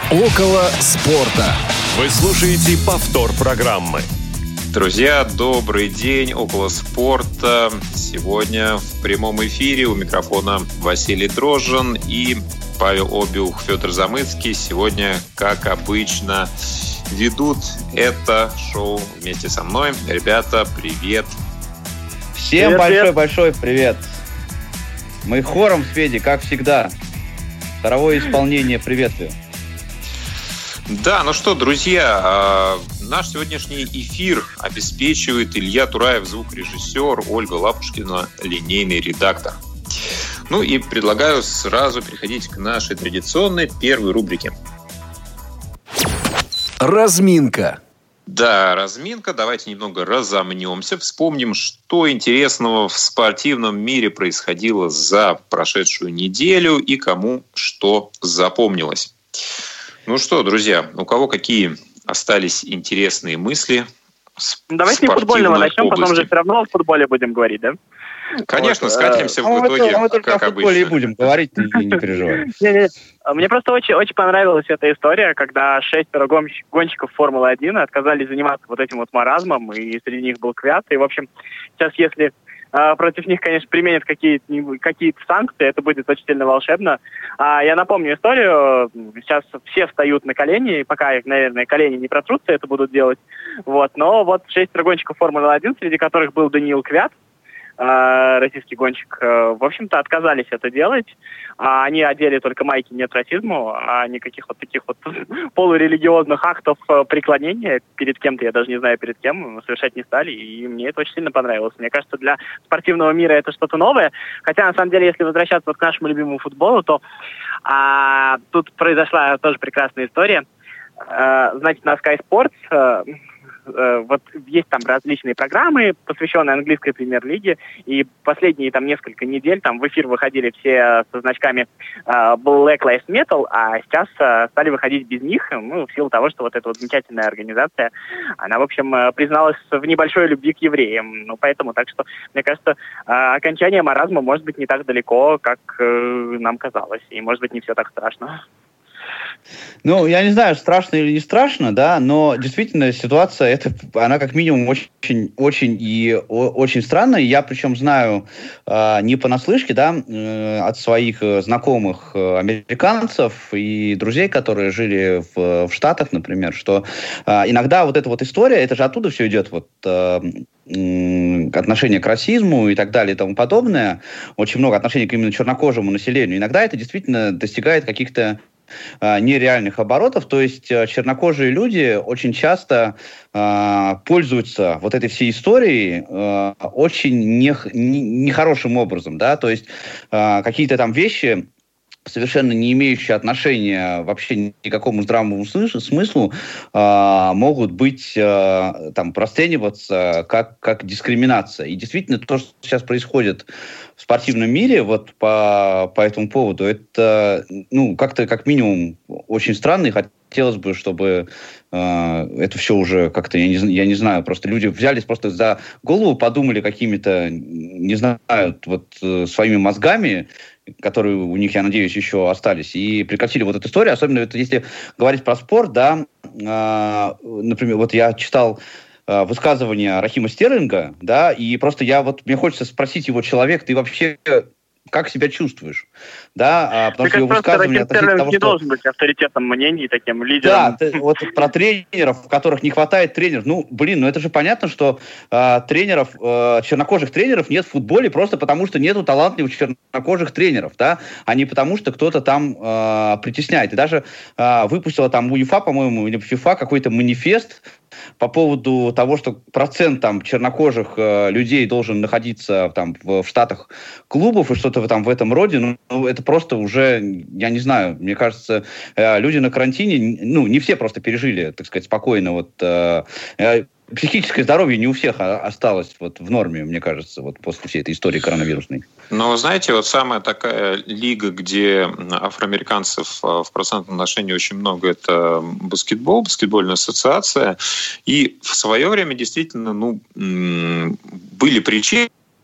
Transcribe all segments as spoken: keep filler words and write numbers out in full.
Около спорта. Вы слушаете повтор программы. Друзья, добрый день. Около спорта. Сегодня в прямом эфире у микрофона Василий Дрожжин и Павел Обиух, Федор Замыцкий. Сегодня, как обычно, ведут это шоу вместе со мной. Ребята, привет. Всем большой-большой привет. Мы хором с Федей, как всегда. Второе исполнение приветствия. Да, ну что, друзья, наш сегодняшний эфир обеспечивает Илья Тураев, звукорежиссер, Ольга Лапушкина, линейный редактор. Ну и предлагаю сразу переходить к нашей традиционной первой рубрике. Разминка. Да, разминка. Давайте немного разомнемся, вспомним, что интересного в спортивном мире происходило за прошедшую неделю и кому что запомнилось. Ну что, друзья, у кого какие остались интересные мысли? Давайте не футбольного начнем, области. Потом же все равно о футболе будем говорить, да? Конечно, вот, скатимся а, в итоге, мы только как о футболе обычно. И будем говорить, ты не переживай. Мне просто очень, очень понравилась эта история, когда шестеро гонщиков Формулы-один отказались заниматься вот этим вот маразмом, и среди них был Квят. И, в общем, сейчас, если против них, конечно, применят какие-то, какие-то санкции, это будет очень сильно волшебно. А я напомню историю. Сейчас все встают на колени, пока их, наверное, колени не протрутся, это будут делать. Вот. Но вот шестеро гонщиков Формулы-один, среди которых был Даниил Квят, российский гонщик, в общем-то, отказались это делать. Они одели только майки «Нет расизму», а никаких вот таких вот полурелигиозных актов преклонения перед кем-то, я даже не знаю перед кем, совершать не стали, и мне это очень сильно понравилось. Мне кажется, для спортивного мира это что-то новое, хотя, на самом деле, если возвращаться вот к нашему любимому футболу, то а, тут произошла тоже прекрасная история. А, знаете, на Sky Sports а, вот есть там различные программы, посвященные английской премьер-лиге, и последние там несколько недель там в эфир выходили все со значками uh, Black Lives Matter, а сейчас uh, стали выходить без них, ну, в силу того, что вот эта вот замечательная организация, она, в общем, призналась в небольшой любви к евреям, ну, поэтому, так что, мне кажется, uh, окончание маразма может быть не так далеко, как uh, нам казалось, и, может быть, не все так страшно. Ну, я не знаю, страшно или не страшно, да, но действительно ситуация, это, она как минимум очень, очень и о, очень странная. Я причем знаю э, не понаслышке, да, э, от своих знакомых э, американцев и друзей, которые жили в, в Штатах, например, что э, иногда вот эта вот история, это же оттуда все идет, вот э, отношение к расизму и так далее и тому подобное, очень много отношений к именно чернокожему населению. Иногда это действительно достигает каких-то нереальных оборотов, то есть чернокожие люди очень часто э, пользуются вот этой всей историей э, очень нех, не, нехорошим образом, да, то есть э, какие-то там вещи, совершенно не имеющие отношения вообще никакому здравому смыслу, э, могут быть, э, там, расцениваться как, как дискриминация. И действительно, то, что сейчас происходит в спортивном мире вот по, по этому поводу, это, ну, как-то, как минимум, очень странно, и хотелось бы, чтобы э, это все уже как-то, я не, я не знаю, просто люди взялись просто за голову, подумали какими-то, не знаю, вот э, своими мозгами, которые у них, я надеюсь, еще остались, и прекратили вот эту историю, особенно это, если говорить про спорт, да, э, например, вот я читал э, высказывание Рахима Стерлинга, да, и просто я вот, мне хочется спросить его, человек, ты вообще как себя чувствуешь, да, потому что его высказывание относительно того, не что... должен быть авторитетом мнений, таким лидером. Да, ты, вот про тренеров, в которых не хватает тренеров, ну, блин, ну это же понятно, что э, тренеров, э, чернокожих тренеров нет в футболе просто потому, что нету талантливых чернокожих тренеров, да, а не потому, что кто-то там э, притесняет. И даже э, выпустила там УЕФА, по-моему, или ФИФА какой-то манифест по поводу того, что процент там чернокожих э, людей должен находиться там в, в штатах клубов и что-то там в этом роде, ну, ну это просто уже, я не знаю, мне кажется, э, люди на карантине, ну, не все просто пережили, так сказать, спокойно вот э, э, психическое здоровье не у всех осталось вот в норме, мне кажется, вот после всей этой истории коронавирусной. Но, знаете, вот самая такая лига, где афроамериканцев в процентном отношении очень много, это баскетбол, баскетбольная ассоциация. И в свое время действительно, ну, были причины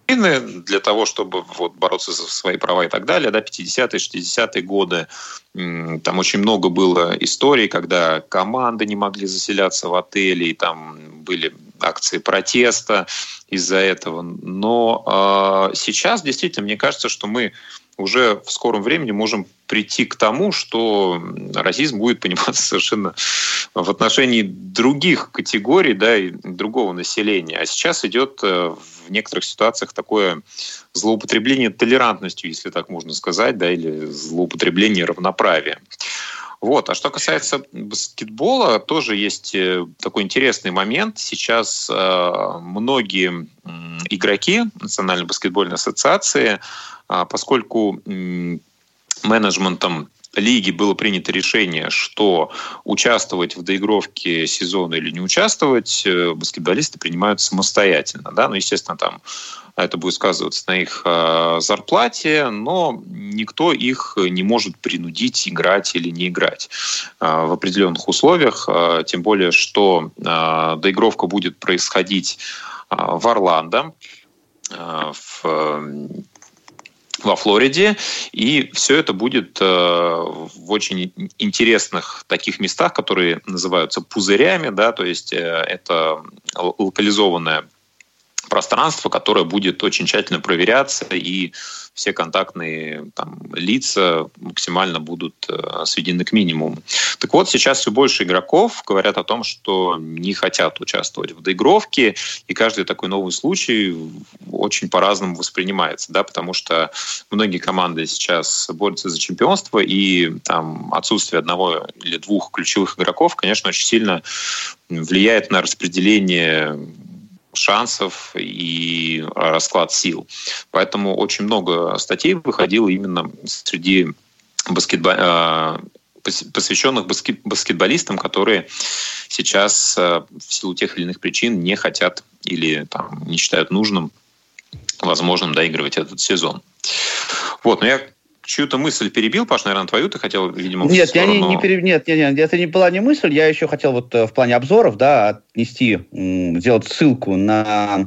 для того, чтобы вот бороться за свои права и так далее, да, пятидесятые, шестидесятые годы. Там очень много было историй, когда команды не могли заселяться в отели, и там были акции протеста из-за этого. Но э, сейчас действительно, мне кажется, что мы уже в скором времени можем прийти к тому, что расизм будет пониматься совершенно в отношении других категорий, да, и другого населения. А сейчас идет в некоторых ситуациях такое злоупотребление толерантностью, если так можно сказать, да, или злоупотребление равноправием. Вот. А что касается баскетбола, тоже есть такой интересный момент. Сейчас э, многие э, игроки Национальной баскетбольной ассоциации, э, поскольку э, менеджментом лиги было принято решение, что участвовать в доигровке сезона или не участвовать, э, баскетболисты принимают самостоятельно. Да? Ну, естественно, там это будет сказываться на их э, зарплате, но никто их не может принудить играть или не играть э, в определенных условиях. Э, тем более, что э, доигровка будет происходить э, в Орландо, э, в, во Флориде, и все это будет э, в очень интересных таких местах, которые называются пузырями, да, то есть э, это локализованная пространство, которое будет очень тщательно проверяться, и все контактные там, лица максимально будут э, сведены к минимуму. Так вот, сейчас все больше игроков говорят о том, что не хотят участвовать в доигровке, и каждый такой новый случай очень по-разному воспринимается, да, потому что многие команды сейчас борются за чемпионство, и там отсутствие одного или двух ключевых игроков, конечно, очень сильно влияет на распределение шансов и расклад сил. Поэтому очень много статей выходило именно среди баскетбо... посвященных баскетболистам, которые сейчас в силу тех или иных причин не хотят или там, не считают нужным, возможным доигрывать этот сезон. Вот, но я чью-то мысль перебил, Паш, наверное, твою ты хотел, видимо, нет, в сторону... я не, не перебил, нет, нет, нет, это не была не мысль, я еще хотел вот в плане обзоров, да, отнести, сделать ссылку на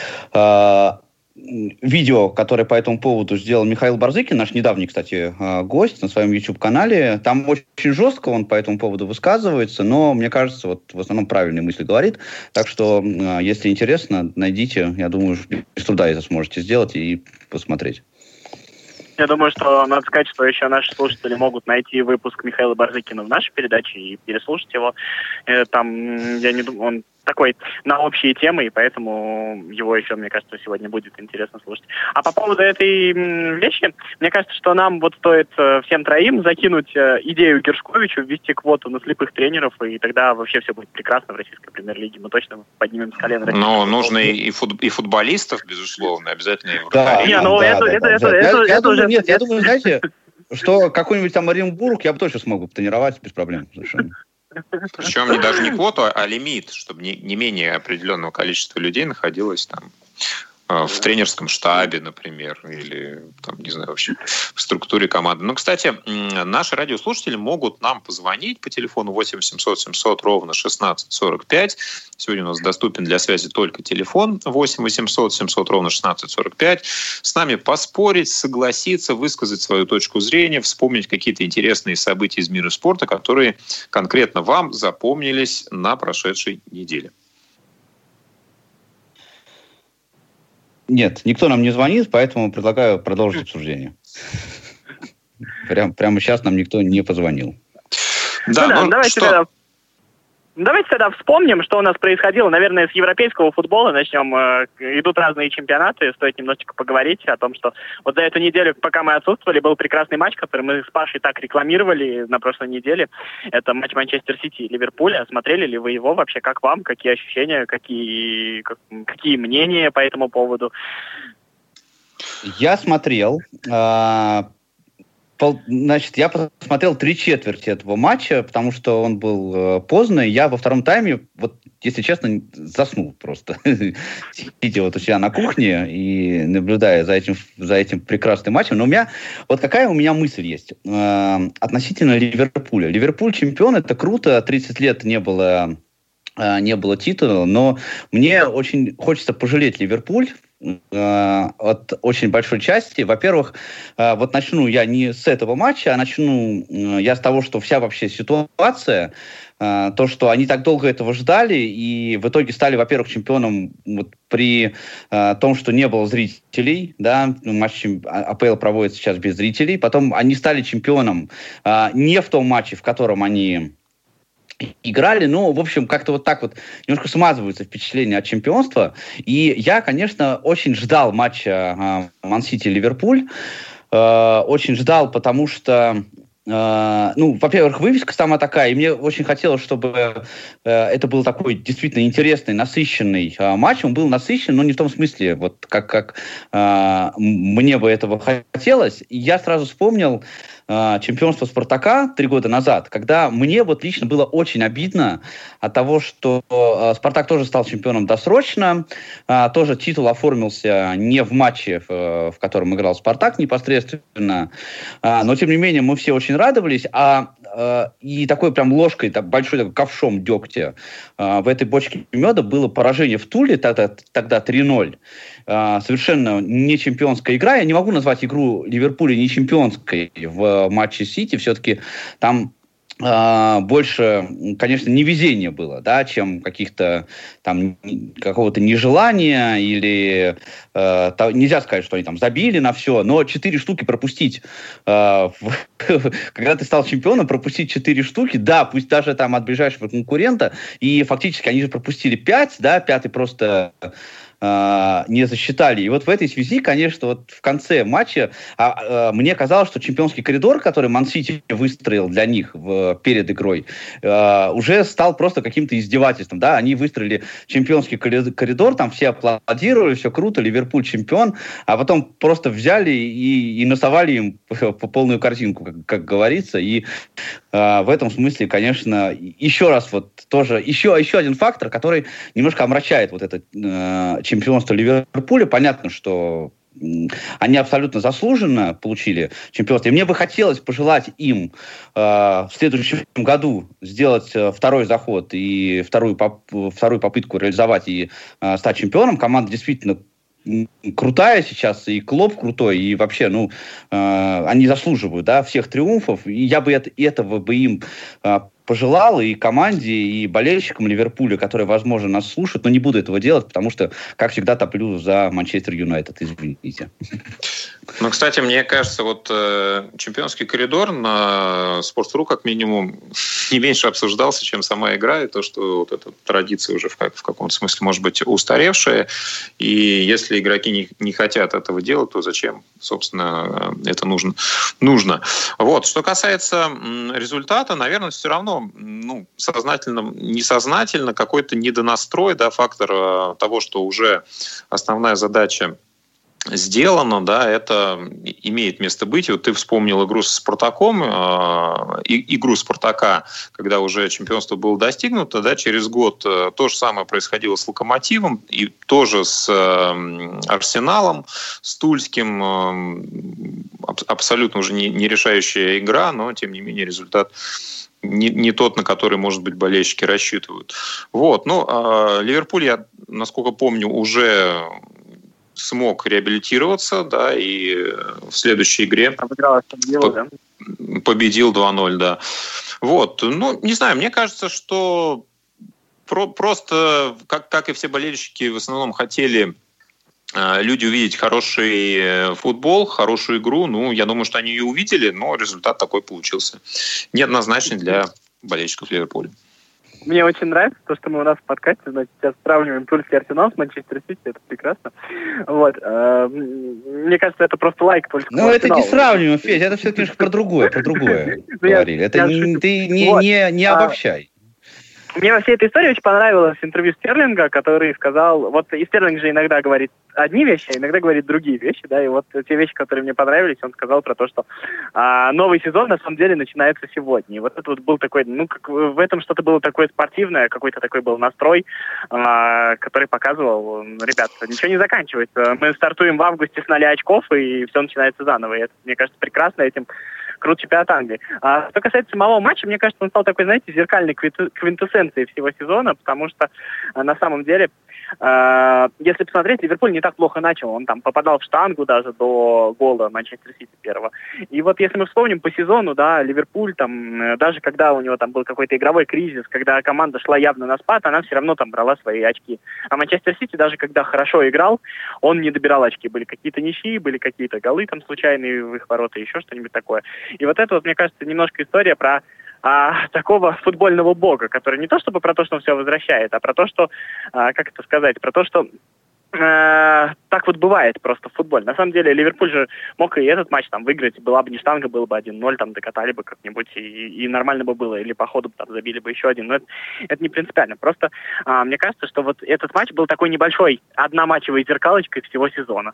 э, видео, которое по этому поводу сделал Михаил Барзыкин, наш недавний, кстати, гость на своем YouTube-канале. Там очень жестко он по этому поводу высказывается, но, мне кажется, вот в основном правильные мысли говорит. Так что, э, если интересно, найдите, я думаю, без труда это сможете сделать и посмотреть. Я думаю, что надо сказать, что еще наши слушатели могут найти выпуск Михаила Барзыкина в нашей передаче и переслушать его. Там, я не думаю, он такой на общие темы, и поэтому его еще, мне кажется, сегодня будет интересно слушать. А по поводу этой вещи, мне кажется, что нам вот стоит всем троим закинуть идею Гершковичу, ввести квоту на слепых тренеров, и тогда вообще все будет прекрасно в российской премьер-лиге. Мы точно поднимем с колен. Но нужно и, фут, и футболистов, безусловно, обязательно и да, не, ну да, это, да, это, да, это, да. это, Я, это, я это думаю, уже... нет, я думаю, знаете, что какой-нибудь там Оренбург я бы точно смог бы тренировать без проблем совершенно. Причем не даже не квоту, а лимит, чтобы не, не менее определенного количества людей находилось там в тренерском штабе, например, или там, не знаю, вообще в структуре команды. Ну, кстати, наши радиослушатели могут нам позвонить по телефону восемь восемьсот семьсот ровно шестнадцать сорок пять. Сегодня у нас доступен для связи только телефон восемь восемьсот семьсот ровно шестнадцать сорок пять. С нами поспорить, согласиться, высказать свою точку зрения, вспомнить какие-то интересные события из мира спорта, которые конкретно вам запомнились на прошедшей неделе. Нет, никто нам не звонит, поэтому предлагаю продолжить обсуждение. Прям, прямо сейчас нам никто не позвонил. Да, ну, да, ну, давайте, что? Тогда, давайте тогда вспомним, что у нас происходило. Наверное, с европейского футбола начнем. Идут разные чемпионаты, стоит немножечко поговорить о том, что вот за эту неделю, пока мы отсутствовали, был прекрасный матч, который мы с Пашей так рекламировали на прошлой неделе. Это матч Манчестер Сити и Ливерпуля. Смотрели ли вы его вообще? Как вам? Какие ощущения? Какие, как, какие мнения по этому поводу? Я смотрел... А... Значит, я посмотрел три четверти этого матча, потому что он был э, поздно, и я во втором тайме, вот, если честно, заснул просто. Сидя вот у себя на кухне и наблюдая за этим, за этим прекрасным матчем. Но у меня, вот какая у меня мысль есть э, относительно Ливерпуля. Ливерпуль чемпион, это круто, тридцать лет не было... не было титула, но мне очень хочется пожалеть Ливерпуль от очень большой части. Во-первых, вот начну я не с этого матча, а начну я с того, что вся вообще ситуация, то, что они так долго этого ждали и в итоге стали, во-первых, чемпионом вот при том, что не было зрителей, да, матч АПЛ проводится сейчас без зрителей, потом они стали чемпионом не в том матче, в котором они играли, ну, в общем, как-то вот так вот немножко смазываются впечатления от чемпионства. И я, конечно, очень ждал матча э, Ман-Сити-Ливерпуль. Э, очень ждал, потому что, э, ну, во-первых, вывеска сама такая, и мне очень хотелось, чтобы э, это был такой действительно интересный, насыщенный э, матч. Он был насыщен, но не в том смысле, вот как, как э, мне бы этого хотелось. И я сразу вспомнил чемпионство Спартака три года назад, когда мне вот лично было очень обидно от того, что Спартак тоже стал чемпионом досрочно, тоже титул оформился не в матче, в котором играл Спартак непосредственно, но тем не менее мы все очень радовались, а и такой прям ложкой, так, большой такой ковшом дегтя в этой бочке меда было поражение в Туле, тогда, тогда три ноль. Совершенно не чемпионская игра. Я не могу назвать игру Ливерпуля не чемпионской в матче Сити. Все-таки там э, больше, конечно, невезения было, да, чем каких-то там какого-то нежелания или э, то, нельзя сказать, что они там забили на все, но четыре штуки пропустить, э, в, когда ты стал чемпионом, пропустить четыре штуки, да, пусть даже там от ближайшего конкурента, и фактически они же пропустили пять, да, пятый просто не засчитали. И вот в этой связи, конечно, вот в конце матча а, а, мне казалось, что чемпионский коридор, который Ман-Сити выстроил для них в, перед игрой, а, уже стал просто каким-то издевательством. Да? Они выстроили чемпионский коридор, там все аплодировали, все круто, Ливерпуль чемпион, а потом просто взяли и, и насовали им по полную картинку, как, как говорится. И а, в этом смысле, конечно, еще раз вот тоже, еще, еще один фактор, который немножко омрачает вот этот а, чемпионство Ливерпуля. Понятно, что они абсолютно заслуженно получили чемпионство. И мне бы хотелось пожелать им э, в следующем году сделать э, второй заход и вторую, поп- вторую попытку реализовать и э, стать чемпионом. Команда действительно крутая сейчас, и Клоп крутой, и вообще, ну, э, они заслуживают, да, всех триумфов. И я бы это, этого бы им э, пожелал и команде, и болельщикам Ливерпуля, которые, возможно, нас слушают, но не буду этого делать, потому что, как всегда, топлю за Манчестер Юнайтед, извините. Ну, кстати, мне кажется, вот э, чемпионский коридор на Sports.ru как минимум не меньше обсуждался, чем сама игра, и то, что вот эта традиция уже в, как, в каком-то смысле может быть устаревшая, и если игроки не, не хотят этого делать, то зачем, собственно, это нужно? нужно. Вот. Что касается результата, наверное, все равно ну, сознательно, несознательно какой-то недонастрой, да, фактор того, что уже основная задача сделано, да, это имеет место быть. И вот ты вспомнил игру с Спартаком, э, игру Спартака, когда уже чемпионство было достигнуто, да, через год э, то же самое происходило с Локомотивом и тоже с э, Арсеналом, с Тульским. Э, абсолютно уже не, не решающая игра, но, тем не менее, результат Не, не тот, на который, может быть, болельщики рассчитывают. Вот. Ну, э, Ливерпуль, я, насколько помню, уже смог реабилитироваться, да, и в следующей игре победил, да? победил два ноль, да. Вот. Ну, не знаю, мне кажется, что про- просто, как, как и все болельщики, в основном хотели э, люди увидеть хороший футбол, хорошую игру. Ну, я думаю, что они ее увидели, но результат такой получился. Неоднозначный для болельщиков Ливерпуля. Мне очень нравится то, что мы у нас в подкасте, значит, сейчас сравниваем Тульский Арсенал с Манчестер Сити, это прекрасно. Вот. Мне кажется, это просто лайк только. Ну, это не сравниваем, Федь, это все-таки немножко про другое, про другое говорили. Это не, ты не, не, не обобщай. Мне во всей этой истории очень понравилось интервью Стерлинга, который сказал, вот и Стерлинг же иногда говорит одни вещи, а иногда говорит другие вещи, да, и вот те вещи, которые мне понравились, он сказал про то, что а, новый сезон на самом деле начинается сегодня. И вот это вот был такой, ну, как в этом что-то было такое спортивное, какой-то такой был настрой, а, который показывал, ребят, ничего не заканчивается. Мы стартуем в августе с нуля очков, и все начинается заново. И это, мне кажется, прекрасно, этим крут чемпионата Англии. А что касается самого матча, мне кажется, он стал такой, знаете, зеркальной квинтэссенцией всего сезона, потому что на самом деле, э, если посмотреть, Ливерпуль не так плохо начал. Он там попадал в штангу даже до гола Манчестер Сити первого. И вот если мы вспомним по сезону, да, Ливерпуль там, даже когда у него там был какой-то игровой кризис, когда команда шла явно на спад, она все равно там брала свои очки. А Манчестер Сити, даже когда хорошо играл, он не добирал очки. Были какие-то ничьи, были какие-то голы там случайные в их ворота, еще что-нибудь такое. И вот это вот, мне кажется, немножко история про а, такого футбольного бога, который не то чтобы про то, что он все возвращает, а про то, что, а, как это сказать, про то, что э, так вот бывает просто в футболе. На самом деле Ливерпуль же мог и этот матч там выиграть, была бы не штанга, было бы один ноль, там докатали бы как-нибудь, и, и нормально бы было, или по ходу там забили бы еще один, но это, это не принципиально. Просто а, мне кажется, что вот этот матч был такой небольшой, одноматчевой зеркалочкой всего сезона.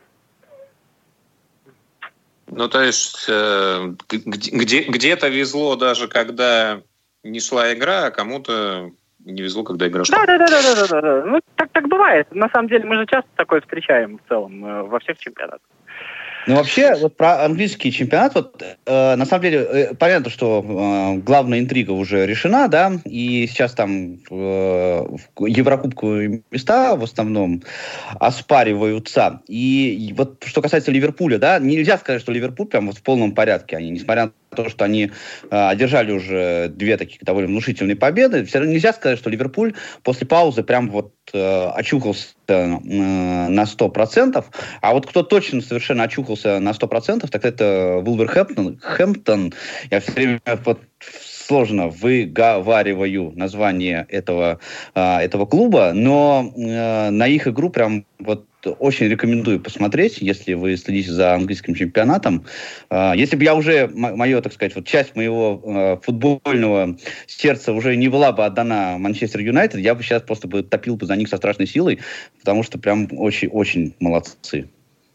Ну, то есть э, где, где-то везло даже, когда не шла игра, а кому-то не везло, когда игра шла. Да, да, да, да, да, да, да. Ну, так, так бывает. На самом деле, мы же часто такое встречаем в целом э, во всех чемпионатах. Ну, вообще, вот про английский чемпионат, вот, э, на самом деле, э, понятно, что э, главная интрига уже решена, да, и сейчас там э, еврокубковые места в основном оспариваются. И, и вот что касается Ливерпуля, да, нельзя сказать, что Ливерпуль прям вот в полном порядке. Они, несмотря на то, что они э, одержали уже две таких довольно внушительные победы, все равно нельзя сказать, что Ливерпуль после паузы прям вот э, очухался э, на сто процентов. А вот кто точно совершенно очухался на сто процентов, так это Вулверхэмптон. Хэмптон. Я все время вот сложно выговариваю название этого, э, этого клуба, но э, на их игру прям вот очень рекомендую посмотреть, если вы следите за английским чемпионатом. Э, если бы я уже, мое, так сказать, вот часть моего э, футбольного сердца уже не была бы отдана Манчестер Юнайтед, я бы сейчас просто бы топил бы за них со страшной силой, потому что прям очень-очень молодцы.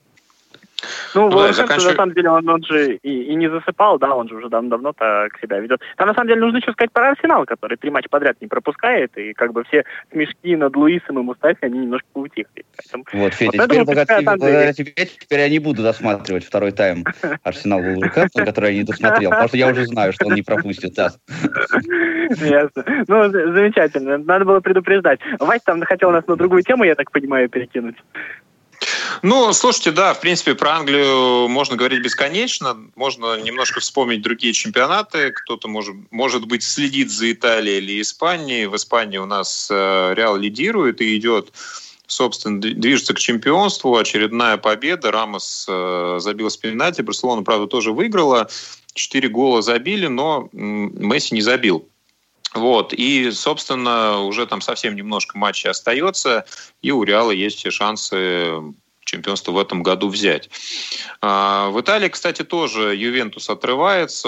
Ну, Ну, Вулверхэмптон, заканчив... на самом деле, он, он же и, и не засыпал, да, он же уже дав- давно так себя ведет. Там, на самом деле, нужно еще сказать про Арсенал, который три матча подряд не пропускает, и как бы все смешки над Луисом и Мустафи, они немножко поутихли. Поэтому... Вот, Федя, вот теперь, вот благодаря, там, благодаря тебе, теперь я не буду досматривать второй тайм Арсенал Вулверхэмптон, который я не досмотрел, потому что я уже знаю, что он не пропустит. Да. Ясно. Ну, замечательно. Надо было предупреждать. Вась там хотел нас на другую тему, я так понимаю, перекинуть. Ну, слушайте, да, в принципе, про Англию можно говорить бесконечно. Можно немножко вспомнить другие чемпионаты. Кто-то, может, может быть, следит за Италией или Испанией. В Испании у нас э, Реал лидирует и идет, собственно, движется к чемпионству. Очередная победа. Рамос э, забил с пенальти. Барселона, правда, тоже выиграла. Четыре гола забили, но м- Месси не забил. Вот, и, собственно, уже там совсем немножко матчей остается, и у Реала есть все шансы чемпионство в этом году взять. В Италии, кстати, тоже Ювентус отрывается.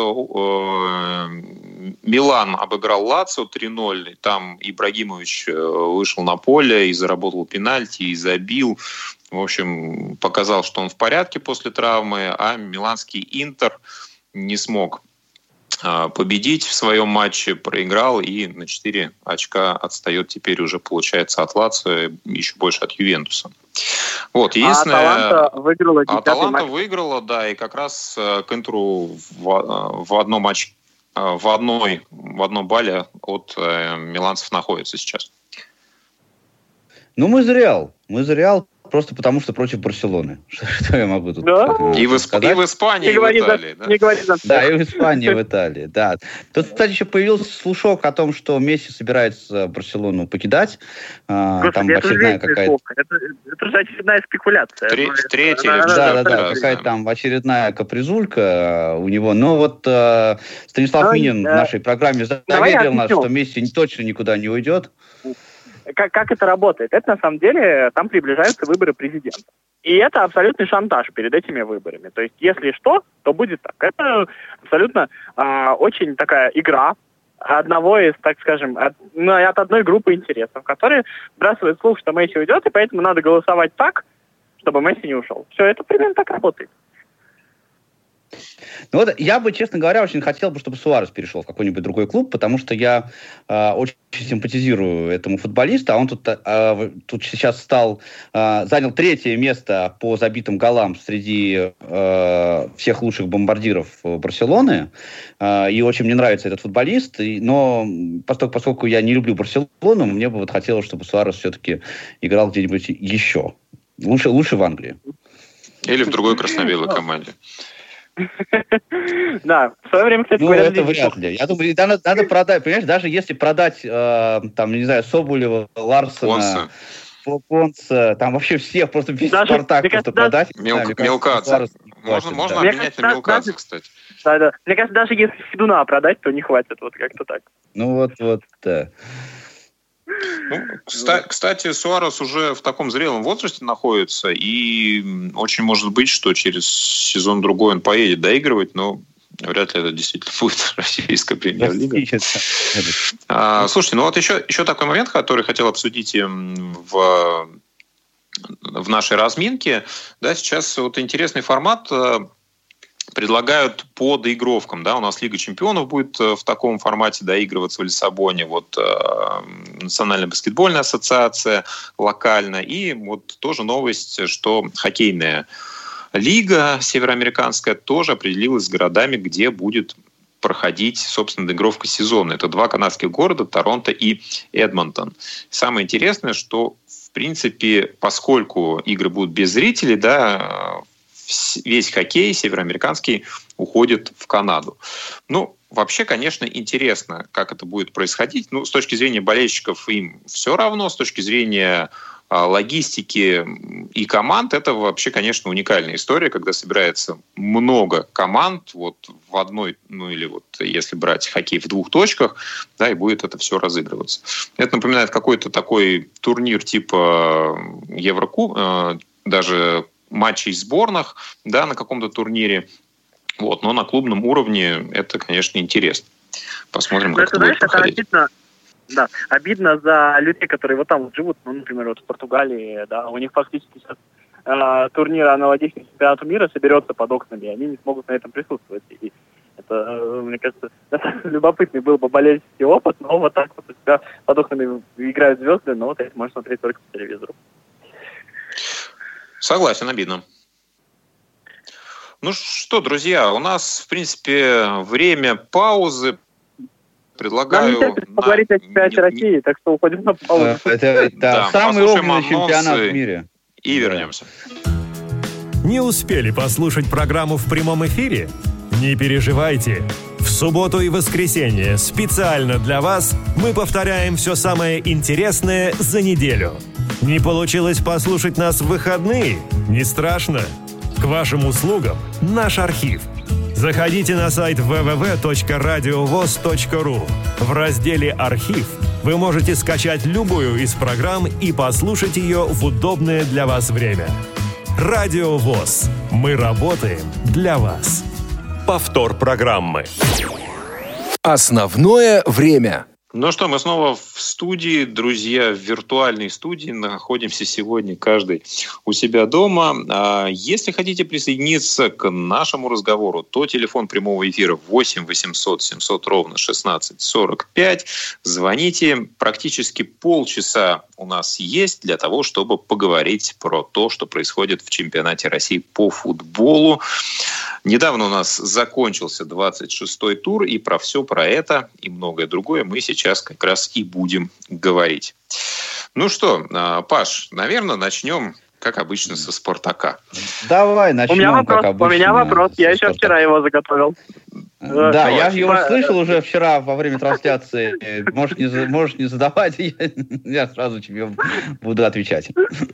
Милан обыграл Лацио три ноль. Там Ибрагимович вышел на поле и заработал пенальти, и забил. В общем, показал, что он в порядке после травмы, а миланский Интер не смог победить в своем матче, проиграл и на четыре очка отстает теперь уже, получается, от Лацио, еще больше от Ювентуса. Вот, единственное... А Аталанта выиграла. А Аталанта выиграла, да, и как раз к Интеру в, в одном очке, в одной, в одном балле от миланцев находится сейчас. Ну, мы за Реал. Мы за Реал. Просто потому, что против Барселоны. Что я могу тут да? и, в Исп... и в Испании, и в Италии. За... Да? Не говори за... Да, и в Испании, и в Италии, да. Тут, кстати, еще появился слушок о том, что Месси собирается Барселону покидать. Господи, там очередная какая-то... Это, это же очередная спекуляция. Тре... Ну, Третья. Да, да, да, да, да, какая-то там очередная капризулька у него. Но вот э, Станислав Но, Минин э... в нашей программе заверил нас, что Месси точно никуда не уйдет. Как, как это работает? Это, на самом деле, там приближаются выборы президента. И это абсолютный шантаж перед этими выборами. То есть, если что, то будет так. Это абсолютно а, очень такая игра одного из, так скажем, от, ну, от одной группы интересов, которые сбрасывают слух, что Месси уйдет, и поэтому надо голосовать так, чтобы Месси не ушел. Все, это примерно так работает. Ну вот я бы, честно говоря, очень хотел бы, чтобы Суарес перешел в какой-нибудь другой клуб, потому что я э, очень симпатизирую этому футболисту, а он тут, э, тут сейчас стал, э, занял третье место по забитым голам среди э, всех лучших бомбардиров Барселоны, э, и очень мне нравится этот футболист, и, но поскольку, поскольку я не люблю Барселону, мне бы вот хотелось, чтобы Суарес все-таки играл где-нибудь еще. Лучше, лучше в Англии. Или в другой красно-белой команде. Да, в свое время, кстати, ну, говорят... это вряд ли. Я думаю, надо, надо продать, понимаешь, даже если продать, э, там, не знаю, Соболева, Ларсена, Понса, там вообще всех, просто весь даже, Спартак просто даже, продать. Мелк, да, Мелкадзе. Можно, можно да. обменять на Мелкадзе, кстати. Да, да. Мне кажется, даже если Федуна продать, то не хватит, вот как-то так. Ну вот, вот, да. Ну, кстати, Суарес уже в таком зрелом возрасте находится, и очень может быть, что через сезон-другой он поедет доигрывать, но вряд ли это действительно будет российская премьер-лига. А, слушайте, ну вот еще, еще такой момент, который хотел обсудить в, в нашей разминке. Да, сейчас вот интересный формат предлагают по доигровкам. Да? У нас Лига чемпионов будет в таком формате доигрываться в Лиссабоне. Вот э, Национальная баскетбольная ассоциация локально. И вот тоже новость, что хоккейная лига североамериканская тоже определилась с городами, где будет проходить, собственно, доигровка сезона. Это два канадских города, Торонто и Эдмонтон. Самое интересное, что, в принципе, поскольку игры будут без зрителей, да, весь хоккей североамериканский уходит в Канаду. Ну, вообще, конечно, интересно, как это будет происходить. Ну, с точки зрения болельщиков им все равно, с точки зрения а, логистики и команд, это вообще, конечно, уникальная история, когда собирается много команд вот в одной, ну или вот если брать хоккей в двух точках, да, и будет это все разыгрываться. Это напоминает какой-то такой турнир типа Еврокуб, э, даже матчей сборных, да, на каком-то турнире. Вот. Но на клубном уровне это, конечно, интересно. Посмотрим, как это, это будет проходить. Обидно, да, обидно за людей, которые вот там вот живут, ну, например, вот в Португалии, да, у них фактически сейчас э, турнир аналогичный чемпионату мира соберется под окнами, и они не смогут на этом присутствовать. И это, мне кажется, это любопытный был бы болельческий опыт, но вот так вот у тебя под окнами играют звезды, но вот это можно смотреть только по телевизору. Согласен, обидно. Ну что, друзья, у нас, в принципе, время паузы. Предлагаю... Нам не на... поговорить о чемпионате не... России, так что уходим на паузу. Это, это да, самый огненный чемпионат в мире. И вернемся. Не успели послушать программу в прямом эфире? Не переживайте. В субботу и воскресенье специально для вас мы повторяем все самое интересное за неделю. Не получилось послушать нас в выходные? Не страшно. К вашим услугам наш архив. Заходите на сайт дабл ю дабл ю дабл ю точка радиовос точка ру. В разделе «Архив» вы можете скачать любую из программ и послушать ее в удобное для вас время. Радио ВОС. Мы работаем для вас. Повтор программы. Основное время. Ну что, мы снова в студии, друзья, в виртуальной студии. Находимся сегодня каждый у себя дома. Если хотите присоединиться к нашему разговору, то телефон прямого эфира восемь восемьсот семьсот ровно шестнадцать сорок пять. Звоните. Практически полчаса у нас есть для того, чтобы поговорить про то, что происходит в чемпионате России по футболу. Недавно у нас закончился двадцать шестой тур, и про все про это и многое другое мы сейчас как раз и будем говорить. Ну что, Паш, наверное, начнем, как обычно, со «Спартака». Давай начнем, у меня вопрос, как обычно. У меня вопрос, я еще вчера его заготовил. Да, Давай. я его слышал уже вчера во время трансляции. Можешь не, можешь не задавать, я, я сразу тебе буду отвечать.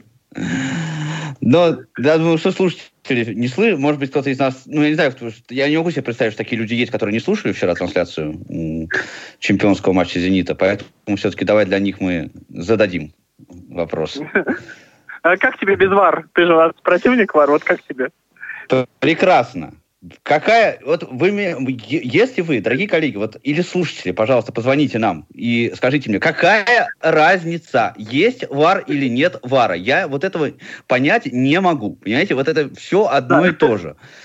Но я думаю, что слушатели не слышали, может быть, кто-то из нас, ну, я не знаю, кто, я не могу себе представить, что такие люди есть, которые не слушали вчера трансляцию чемпионского матча «Зенита», поэтому все-таки давай для них мы зададим вопрос. А как тебе без ВАР? Ты же у нас противник ВАР, вот как тебе? Прекрасно. Какая, вот вы мне, если вы, дорогие коллеги, вот, или слушатели, пожалуйста, позвоните нам и скажите мне, какая разница, есть ВАР или нет ВАРа? Я вот этого понять не могу, понимаете, вот это все одно и то же.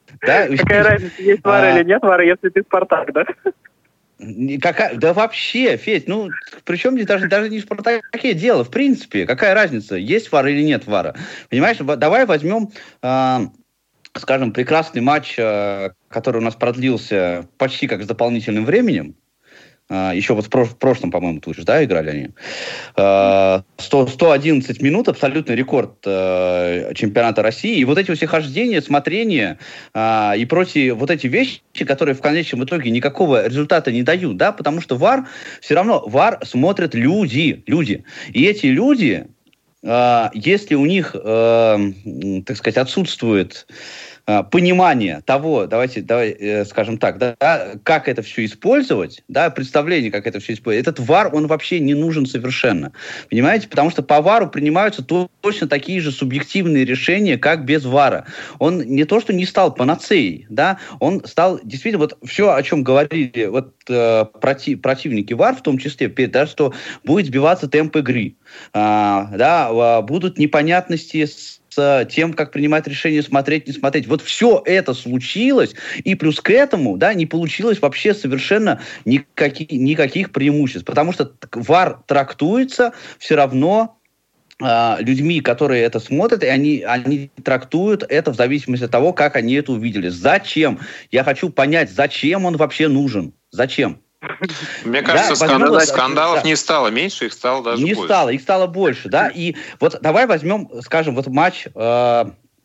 Да? Какая разница, есть ВАР а... или нет ВАРа, если ты Спартак, да? Какая... Да вообще, Федь, ну, причем здесь даже, даже не в Спартаке дело, в принципе, какая разница, есть ВАР или нет ВАРа. Понимаешь, давай возьмем, э, скажем, прекрасный матч, э, который у нас продлился почти как с дополнительным временем. Uh, еще вот в, прош- в прошлом, по-моему, туре, да, играли они. Uh, сто, сто одиннадцать минут, абсолютный рекорд uh, чемпионата России. И вот эти все хождения, смотрения uh, и прочие вот эти вещи, которые в конечном итоге никакого результата не дают, да, потому что ВАР, все равно ВАР смотрят люди, люди. И эти люди, uh, если у них, uh, так сказать, отсутствует понимание того, давайте, давай, э, скажем так, да, как это все использовать, да, представление, как это все использовать, этот ВАР, он вообще не нужен совершенно, понимаете, потому что по ВАРу принимаются то, точно такие же субъективные решения, как без ВАРа. Он не то, что не стал панацеей, да, он стал, действительно, вот все, о чем говорили вот э, против, противники ВАР, в том числе, да, что будет сбиваться темп игры, э, да, будут непонятности с с тем, как принимать решение смотреть, не смотреть. Вот все это случилось, и плюс к этому, да, не получилось вообще совершенно никаких, никаких преимуществ, потому что ВАР трактуется все равно э, людьми, которые это смотрят, и они, они трактуют это в зависимости от того, как они это увидели. Зачем? Я хочу понять, зачем он вообще нужен? Зачем? Мне кажется, да, скандал, возьмем, скандалов да. не стало меньше, их стало даже не больше. Не стало, их стало больше, да. И вот давай возьмем, скажем, вот матч э,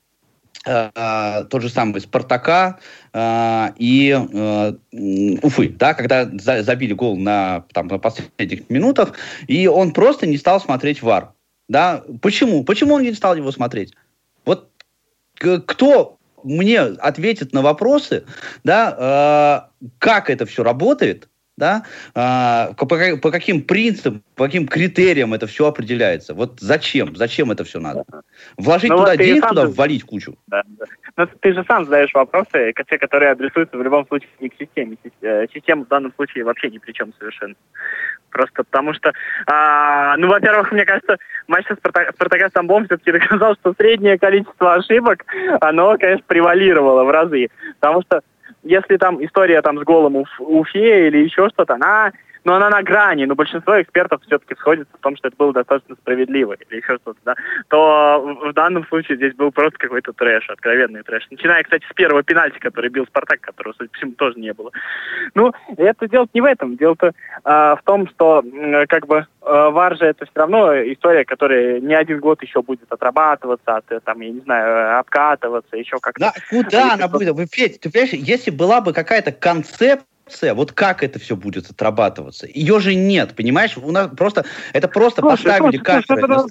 э, тот же самый Спартака э, и э, Уфы, да, когда за, забили гол на, там, на последних минутах, и он просто не стал смотреть ВАР. Да? Почему? Почему он не стал его смотреть? Вот к- кто мне ответит на вопросы, да, э, как это все работает, да, а, по, по каким принципам, по каким критериям это все определяется? Вот зачем? Зачем это все надо? Вложить ну, туда вот денег, туда ввалить кучу? Да, да. Но ты же сам задаешь вопросы, те, которые адресуются в любом случае не к системе. Система в данном случае вообще ни при чем совершенно. Просто потому что, а, ну, во-первых, мне кажется, матч со Спартак, Спартака с Тамбовом все-таки доказал, что среднее количество ошибок, оно, конечно, превалировало в разы. Потому что если там история там с голом Уф, Уфе или еще что-то, она, ну, она на грани, но большинство экспертов все-таки сходится в том, что это было достаточно справедливо или еще что-то, да, то в, в данном случае здесь был просто какой-то трэш, откровенный трэш. Начиная, кстати, с первого пенальти, который бил Спартак, которого, судя по всему, тоже не было. Ну, это дело не в этом. Дело-то а, в том, что м, как бы а, ВАР же это все равно история, которая не один год еще будет отрабатываться, от, там, я не знаю, обкатываться, еще как-то. Да, куда она будет? Вы, Федь, ты понимаешь, если была бы какая-то концепция, вот как это все будет отрабатываться. Ее же нет, понимаешь? У нас просто это просто слушай, поставили камеры.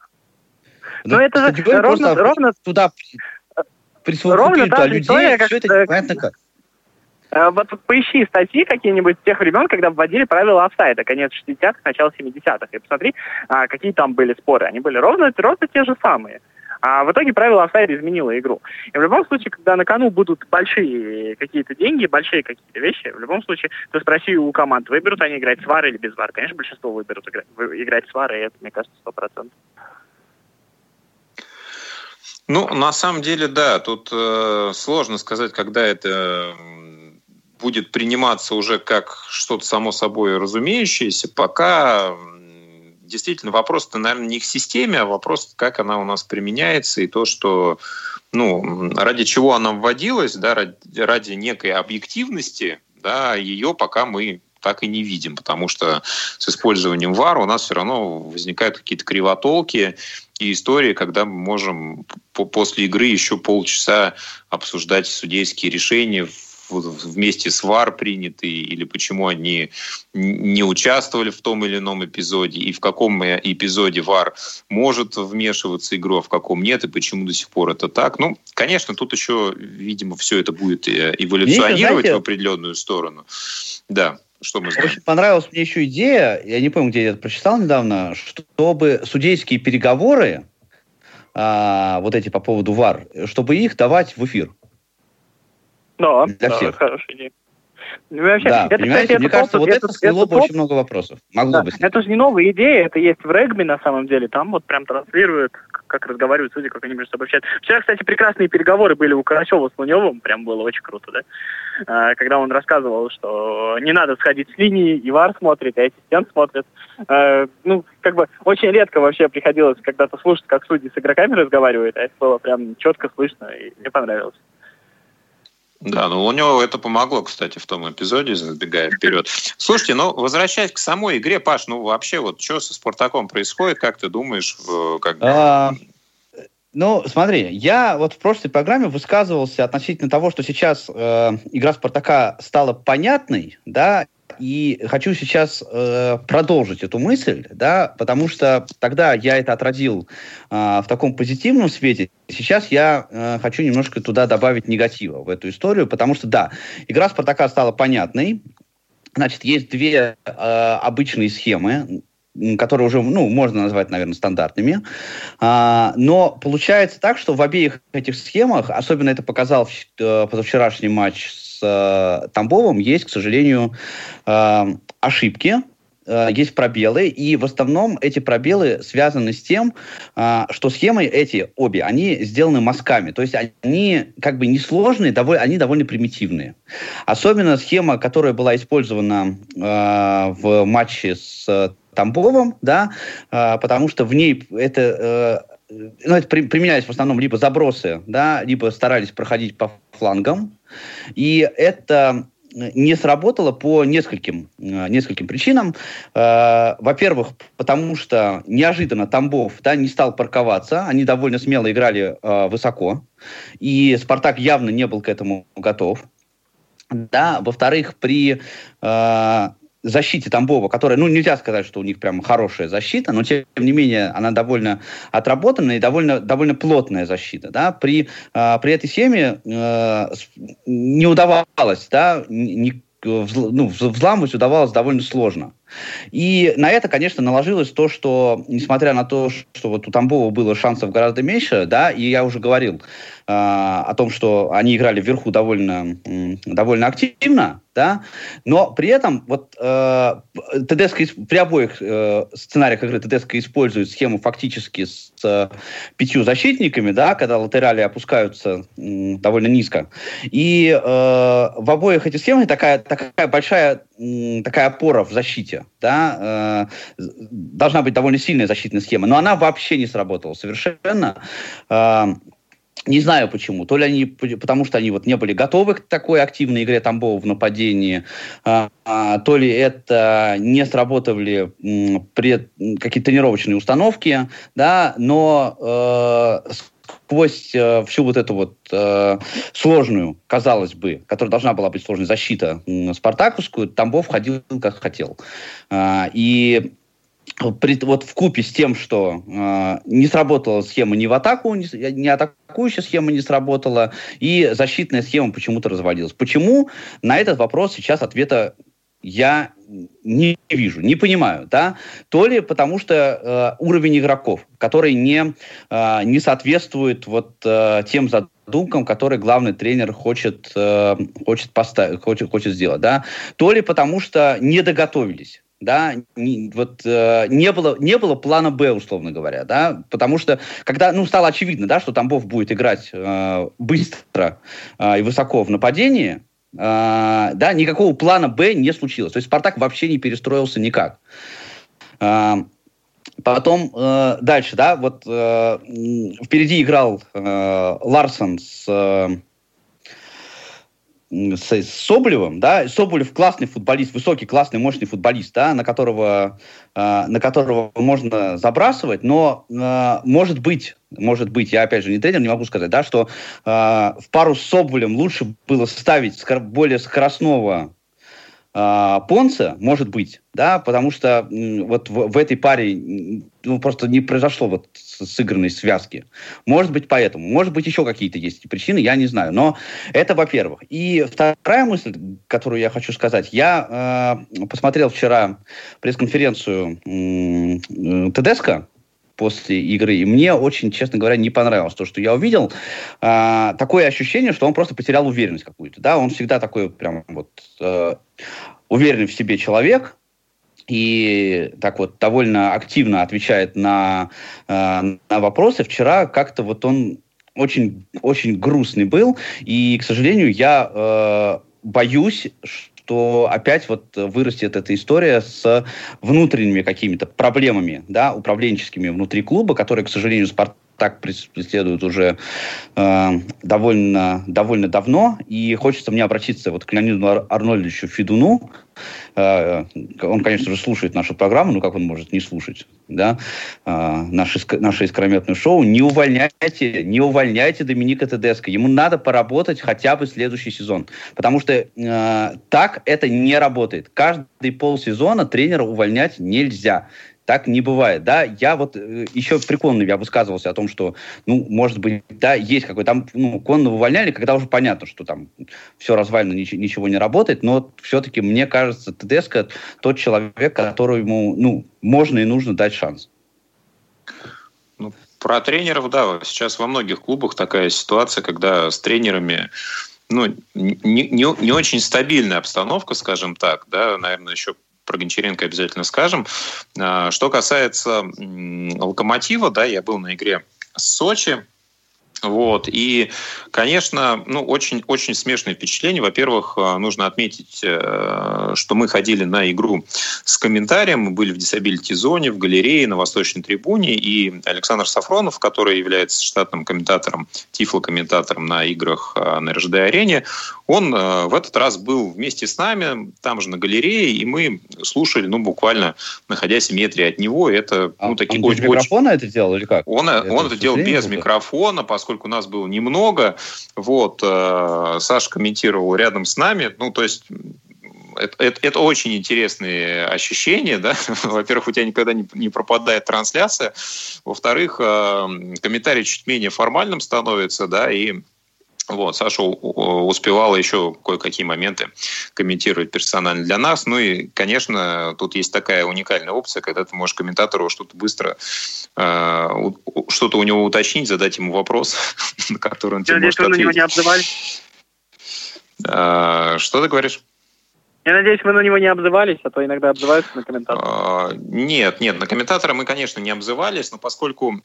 Но это же ровно, ровно туда присутствуют, а людей история, все это непонятно как. Вот поищи статьи какие-нибудь с тех времен, когда вводили правила офсайда, конец шестидесятых, начало семидесятых, и посмотри, а, какие там были споры. Они были ровно, ровно те же самые. А в итоге правило офсайда изменило игру. И в любом случае, когда на кону будут большие какие-то деньги, большие какие-то вещи, в любом случае, ты спроси у команд, выберут они играть с ВАР или без ВАР. Конечно, большинство выберут играть, играть с ВАР, и это, мне кажется, сто процентов. Ну, на самом деле, да, тут э, сложно сказать, когда это будет приниматься уже как что-то само собой разумеющееся, пока действительно вопрос-то, наверное, не к системе, а вопрос, как она у нас применяется, и то, что, ну, ради чего она вводилась, да, ради, ради некой объективности, да, ее пока мы так и не видим, потому что с использованием ВАР у нас все равно возникают какие-то кривотолки и истории, когда мы можем после игры еще полчаса обсуждать судейские решения вместе с ВАР принятые, или почему они не участвовали в том или ином эпизоде, и в каком эпизоде ВАР может вмешиваться в игру, а в каком нет, и почему до сих пор это так. Ну, конечно, тут еще, видимо, все это будет эволюционировать, знаете, в определенную сторону. Да. Что мы знаем? Очень понравилась мне еще идея, я не помню, где я это прочитал недавно, чтобы судейские переговоры, а, вот эти по поводу ВАР, чтобы их давать в эфир. Да, для да, всех. Хорошая идея. Ну, вообще, да, это, понимаете, кстати, мне это кажется, тот, вот это, это сняло это бы тот, очень много вопросов. Могло да, бы снять. это же не новая идея, это есть в регби на самом деле. Там вот прям транслируют, как разговаривают судьи, как они между собой общаются. Вчера, кстати, прекрасные переговоры были у Карачева с Луневым, прям было очень круто, да? А, когда он рассказывал, что не надо сходить с линии, и ВАР смотрит, и ассистент смотрит. А, ну, как бы очень редко вообще приходилось когда-то слушать, как судьи с игроками разговаривают, а это было прям четко слышно, и мне понравилось. Да, ну у него это помогло, кстати, в том эпизоде, забегая вперед. Слушайте, ну, возвращаясь к самой игре, Паш, ну, вообще, вот что со «Спартаком» происходит, как ты думаешь? Как... А, ну, смотри, я вот в прошлой программе высказывался относительно того, что сейчас э, игра «Спартака» стала понятной, да, и хочу сейчас э, продолжить эту мысль, да, потому что тогда я это отразил э, в таком позитивном свете. Сейчас я э, хочу немножко туда добавить негатива в эту историю, потому что, да, игра «Спартака» стала понятной. Значит, есть две э, обычные схемы, которые уже, ну, можно назвать, наверное, стандартными. А, но получается так, что в обеих этих схемах, особенно это показал э, позавчерашний матч с э, Тамбовом, есть, к сожалению, э, ошибки, э, есть пробелы, и в основном эти пробелы связаны с тем, э, что схемы эти, обе, они сделаны мазками, то есть они как бы несложные, довольно, они довольно примитивные. Особенно схема, которая была использована э, в матче с Тамбовым, да, э, потому что в ней это... Э, ну, это при, применялись в основном либо забросы, да, либо старались проходить по флангам. И это не сработало по нескольким, нескольким причинам. Э, во-первых, потому что неожиданно Тамбов, да, не стал парковаться. Они довольно смело играли э, высоко. И «Спартак» явно не был к этому готов. Да. Во-вторых, при... Э, защите Тамбова, которая, ну, нельзя сказать, что у них прям хорошая защита, но, тем не менее, она довольно отработанная и довольно, довольно плотная защита, да, при, э, при этой схеме э, не удавалось, да, не, взл, ну, взламывать удавалось довольно сложно. И на это, конечно, наложилось то, что, несмотря на то, что вот у Тамбова было шансов гораздо меньше, да, и я уже говорил э, о том, что они играли вверху довольно, э, довольно активно, да, но при этом вот э, ТДСК при обоих э, сценариях игры ТДСК использует схему фактически с э, пятью защитниками, да, когда латерали опускаются э, довольно низко. И э, в обоих этих схемах такая, такая большая э, такая опора в защите, да, э, должна быть довольно сильная защитная схема, но она вообще не сработала совершенно. Э, Не знаю почему. То ли они, потому что они вот не были готовы к такой активной игре Тамбова в нападении, а, а, то ли это не сработали м, пред, какие-то тренировочные установки, да, но э, сквозь э, всю вот эту вот э, сложную, казалось бы, которая должна была быть сложной, защита м, спартаковскую, Тамбов ходил как хотел. А, и При, вот вкупе с тем, что э, не сработала схема ни в атаку, ни, ни атакующая схема не сработала, и защитная схема почему-то развалилась. Почему? На этот вопрос сейчас ответа я не вижу, не понимаю. Да? То ли потому, что э, уровень игроков, который не, э, не соответствует вот, э, тем задумкам, которые главный тренер хочет, э, хочет, поставить, хочет, хочет сделать. Да? То ли потому, что не доготовились. Да, не, вот, э, не, было, не было плана «Б», условно говоря, да, потому что, когда, ну, стало очевидно, да, что Тамбов будет играть э, быстро э, и высоко в нападении, э, да, никакого плана «Б» не случилось, то есть «Спартак» вообще не перестроился никак. Э, потом э, дальше, да, вот э, впереди играл э, Ларсон с... Э, С, с Соболевым, да, Соболев классный футболист, высокий, классный, мощный футболист, да, на которого, э, на которого можно забрасывать, но э, может быть, может быть, я опять же не тренер, не могу сказать, да, что э, в пару с Соболем лучше было ставить скор- более скоростного э, Понца, может быть, да, потому что э, вот в, в этой паре ну, просто не произошло вот сыгранной связки. Может быть, поэтому. Может быть, еще какие-то есть причины, я не знаю. Но это, во-первых. И вторая мысль, которую я хочу сказать. Я э, посмотрел вчера пресс-конференцию э, ТДСК, после игры. И мне очень, честно говоря, не понравилось то, что я увидел. А, такое ощущение, что он просто потерял уверенность какую-то. Да? Он всегда такой прям вот э, уверенный в себе человек. И так вот довольно активно отвечает на, э, на вопросы. Вчера как-то вот он очень, очень грустный был. И, к сожалению, я э, боюсь, что опять вот вырастет эта история с внутренними какими-то проблемами, да, управленческими внутри клуба, которые, к сожалению, Спартак так преследуют уже э, довольно, довольно давно. И хочется мне обратиться вот к Леониду Арнольдовичу Федуну. Э, он, конечно же, слушает нашу программу, но как он может не слушать, да, э, наше, наше искрометное шоу. Не увольняйте, не увольняйте Доминика Тедеско. Ему надо поработать хотя бы следующий сезон. Потому что э, так это не работает. Каждый полсезона тренера увольнять нельзя. Так не бывает, да. Я вот э, еще прикольно я высказывался о том, что, ну, может быть, да, есть какой-то там, ну, Кононова увольняли, когда уже понятно, что там все развалено, ничего, ничего не работает, но все-таки, мне кажется, Тедеско тот человек, которому, ну, можно и нужно дать шанс. Ну, про тренеров, да, сейчас во многих клубах такая ситуация, когда с тренерами, ну, не, не, не очень стабильная обстановка, скажем так, да, наверное, еще про Гончаренко обязательно скажем. Что касается «Локомотива», да, я был на игре с Сочи. Вот. И, конечно, ну, очень, очень смешное впечатление. Во-первых, нужно отметить, что мы ходили на игру с комментарием. Мы были в дисабилити-зоне, в галерее, на восточной трибуне. И Александр Сафронов, который является штатным комментатором, тифлокомментатором на играх на эр жэ дэ-арене, он в этот раз был вместе с нами, там же на галерее, и мы слушали, ну, буквально находясь в метре от него. Это, ну, а такие, он без очень, микрофона это делал или как? Он это, он это делал без было? микрофона, поскольку нас было немного. Вот, э, Саша комментировал рядом с нами. Ну, то есть это, это, это очень интересные ощущения, да. Во-первых, у тебя никогда не, не пропадает трансляция. Во-вторых, э, комментарий чуть менее формальным становится, да, и вот, Саша успевала еще кое-какие моменты комментировать персонально для нас. Ну и, конечно, тут есть такая уникальная опция, когда ты можешь комментатору что-то быстро, э, что-то у него уточнить, задать ему вопрос, на который он тебе может ответить. Я надеюсь, вы на него не обзывались? Э, что ты говоришь? Я надеюсь, вы на него не обзывались, а то иногда обзываются на комментатора. Э, нет, нет, на комментатора мы, конечно, не обзывались, но поскольку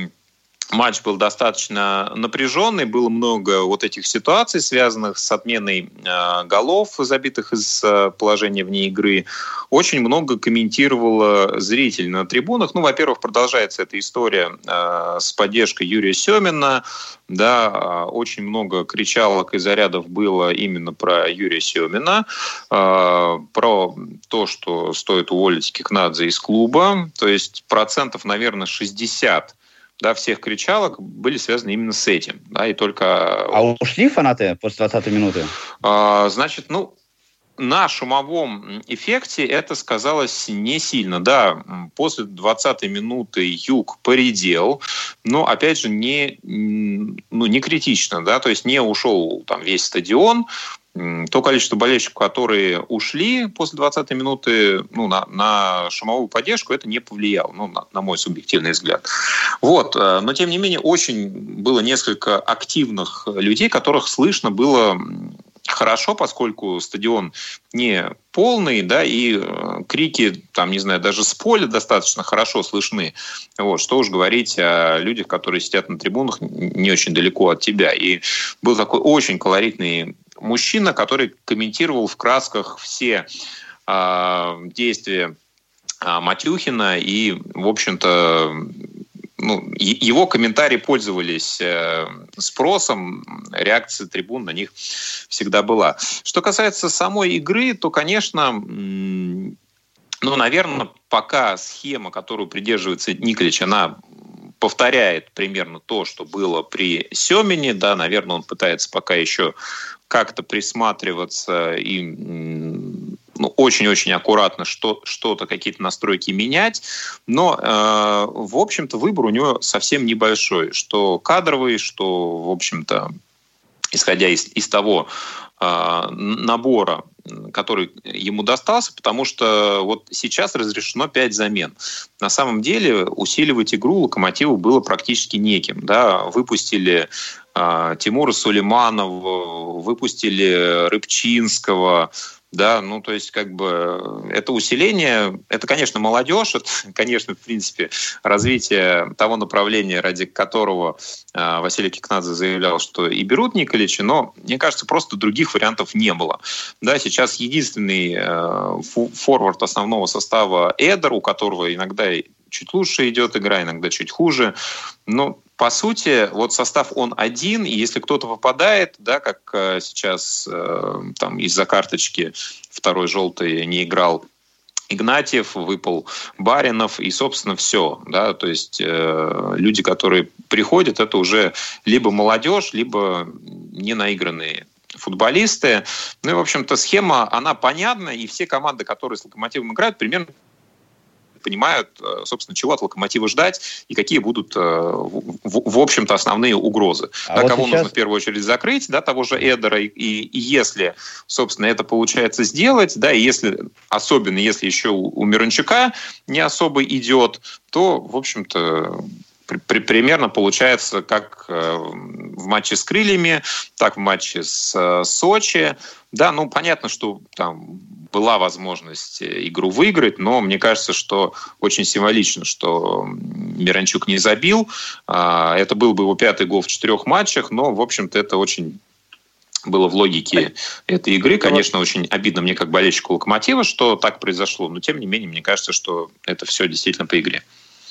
матч был достаточно напряженный, было много вот этих ситуаций, связанных с отменой э, голов, забитых из э, положения вне игры. Очень много комментировало зрителей на трибунах. Ну, во-первых, продолжается эта история э, с поддержкой Юрия Семина. Да, э, очень много кричалок и зарядов было именно про Юрия Семина, э, про то, что стоит уволить Кикнадзе из клуба. То есть процентов, наверное, шестьдесят, да, всех кричалок были связаны именно с этим. Да, и только... А ушли фанаты после двадцатой минуты? А, значит, ну, на шумовом эффекте это сказалось не сильно. Да, после двадцатой минуты Юг поредел, но, опять же, не, ну, не критично. Да, то есть не ушел там весь стадион. То количество болельщиков, которые ушли после двадцатой минуты, ну, на, на шумовую поддержку, это не повлияло, ну, на, на мой субъективный взгляд. Вот. Но, тем не менее, очень было несколько активных людей, которых слышно было хорошо, поскольку стадион не полный, да, и крики, там, не знаю, даже с поля достаточно хорошо слышны. Вот. Что уж говорить о людях, которые сидят на трибунах не очень далеко от тебя. И был такой очень колоритный мужчина, который комментировал в красках все э, действия э, Матюхина, и, в общем-то, ну, его комментарии пользовались э, спросом, реакция трибун на них всегда была. Что касается самой игры, то, конечно, м- ну, наверное, пока схема, которую придерживается Николич, она повторяет примерно то, что было при Семине, да, наверное, он пытается пока еще как-то присматриваться и, ну, очень-очень аккуратно что, что-то, какие-то настройки менять. Но, э, в общем-то, выбор у него совсем небольшой. Что кадровый, что, в общем-то, исходя из, из того э, набора, который ему достался, потому что вот сейчас разрешено пять замен. На самом деле усиливать игру Локомотиву было практически неким. Да? Выпустили э, Тимура Сулейманова, выпустили Рыбчинского. Да, ну, то есть, как бы, это усиление, это, конечно, молодежь, это, конечно, в принципе, развитие того направления, ради которого э, Василий Кикнадзе заявлял, что и берут Николича, но, мне кажется, просто других вариантов не было. Да, сейчас единственный э, форвард основного состава Эдер, у которого иногда чуть лучше идет игра, иногда чуть хуже, но по сути, вот состав он один, и если кто-то выпадает, да, как э, сейчас э, там из-за карточки второй желтой не играл Игнатьев, выпал Баринов, и, собственно, все. Да, то есть э, люди, которые приходят, это уже либо молодежь, либо ненаигранные футболисты. Ну и, в общем-то, схема, она понятна, и все команды, которые с Локомотивом играют, примерно понимают, собственно, чего от Локомотива ждать и какие будут, в, в общем-то, основные угрозы. А да, вот кого сейчас... нужно в первую очередь закрыть, да, того же Эдера, и, и если, собственно, это получается сделать, да, и если, особенно если еще у, у Миранчука не особо идет, то, в общем-то, при, при, примерно получается как в матче с Крыльями, так в матче с Сочи. Да, ну, понятно, что там была возможность игру выиграть, но мне кажется, что очень символично, что Миранчук не забил. Это был бы его пятый гол в четырех матчах, но, в общем-то, это очень было в логике этой игры. Конечно, очень обидно мне, как болельщику Локомотива, что так произошло, но, тем не менее, мне кажется, что это все действительно по игре.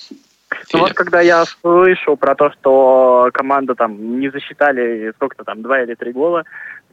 Ну вот когда я слышу про то, что команда там не засчитали сколько-то там, два или три гола,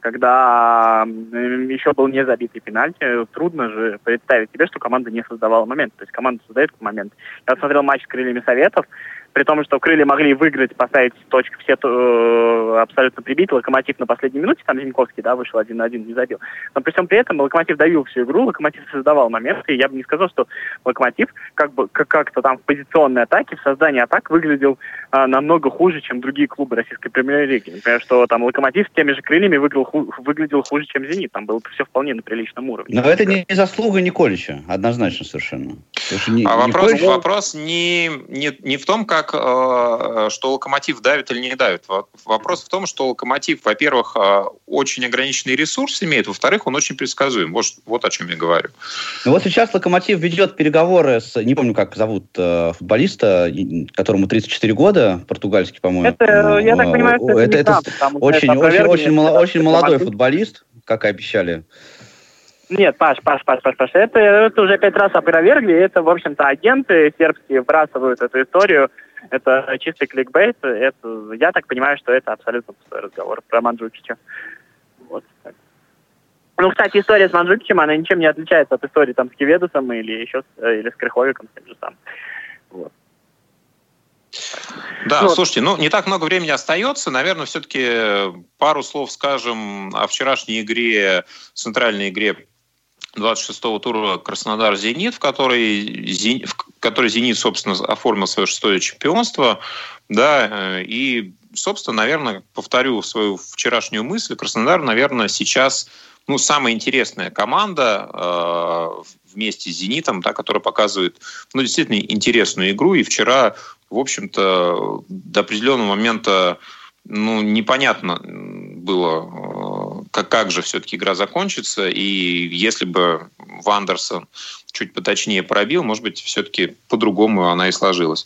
когда еще был не забитый пенальти, трудно же представить себе, что команда не создавала момент. То есть команда создает момент. Я смотрел матч с Крыльями Советов, при том, что Крылья могли выиграть, поставить точку, все э, абсолютно прибить. Локомотив на последней минуте, там Зиньковский, да, вышел один на один, не забил. Но при всем при этом Локомотив давил всю игру, Локомотив создавал моменты, и я бы не сказал, что Локомотив как бы как-то там в позиционной атаке, в создании атак выглядел э, намного хуже, чем другие клубы российской премьер-лиги. Например, что там Локомотив с теми же Крыльями выиграл, ху- выглядел хуже, чем Зенит. Там было все вполне на приличном уровне. Но это не заслуга Николича, однозначно совершенно. Не, а вопрос, Николич... вопрос не, не, не в том, как что Локомотив давит или не давит. Вопрос в том, что Локомотив, во-первых, очень ограниченный ресурс имеет, во-вторых, он очень предсказуем. Вот, вот о чем я говорю. Ну вот сейчас Локомотив ведет переговоры с, не помню, как зовут футболиста, которому тридцать четыре года, португальский, по-моему. Это, я так понимаю, что это, это, это там, очень, это очень, очень, мало, очень молодой футболист, как и обещали. Нет, Паш, Паш, Паш, Паш, Паш, это, это уже пять раз опровергли, это, в общем-то, агенты сербские вбрасывают эту историю, это чистый кликбейт, это, я так понимаю, что это абсолютно пустой разговор про Манджукича. Вот так. Ну, кстати, история с Манджукичем, она ничем не отличается от истории там с Киведусом или еще с, или с Крыховиком, с тем же самым. Вот. Да, ну, слушайте, ну не так много времени остается. Наверное, все-таки пару слов скажем о вчерашней игре, центральной игре двадцать шестого тура Краснодар-Зенит, в которой, Зенит, в которой Зенит, собственно, оформил свое шестое чемпионство. Да, и, собственно, наверное, повторю свою вчерашнюю мысль. Краснодар, наверное, сейчас ну, самая интересная команда э, вместе с «Зенитом», да, которая показывает ну, действительно интересную игру. И вчера, в общем-то, до определенного момента ну, непонятно было, как, как же все-таки игра закончится. И если бы Вандерсон чуть поточнее пробил, может быть, все-таки по-другому она и сложилась.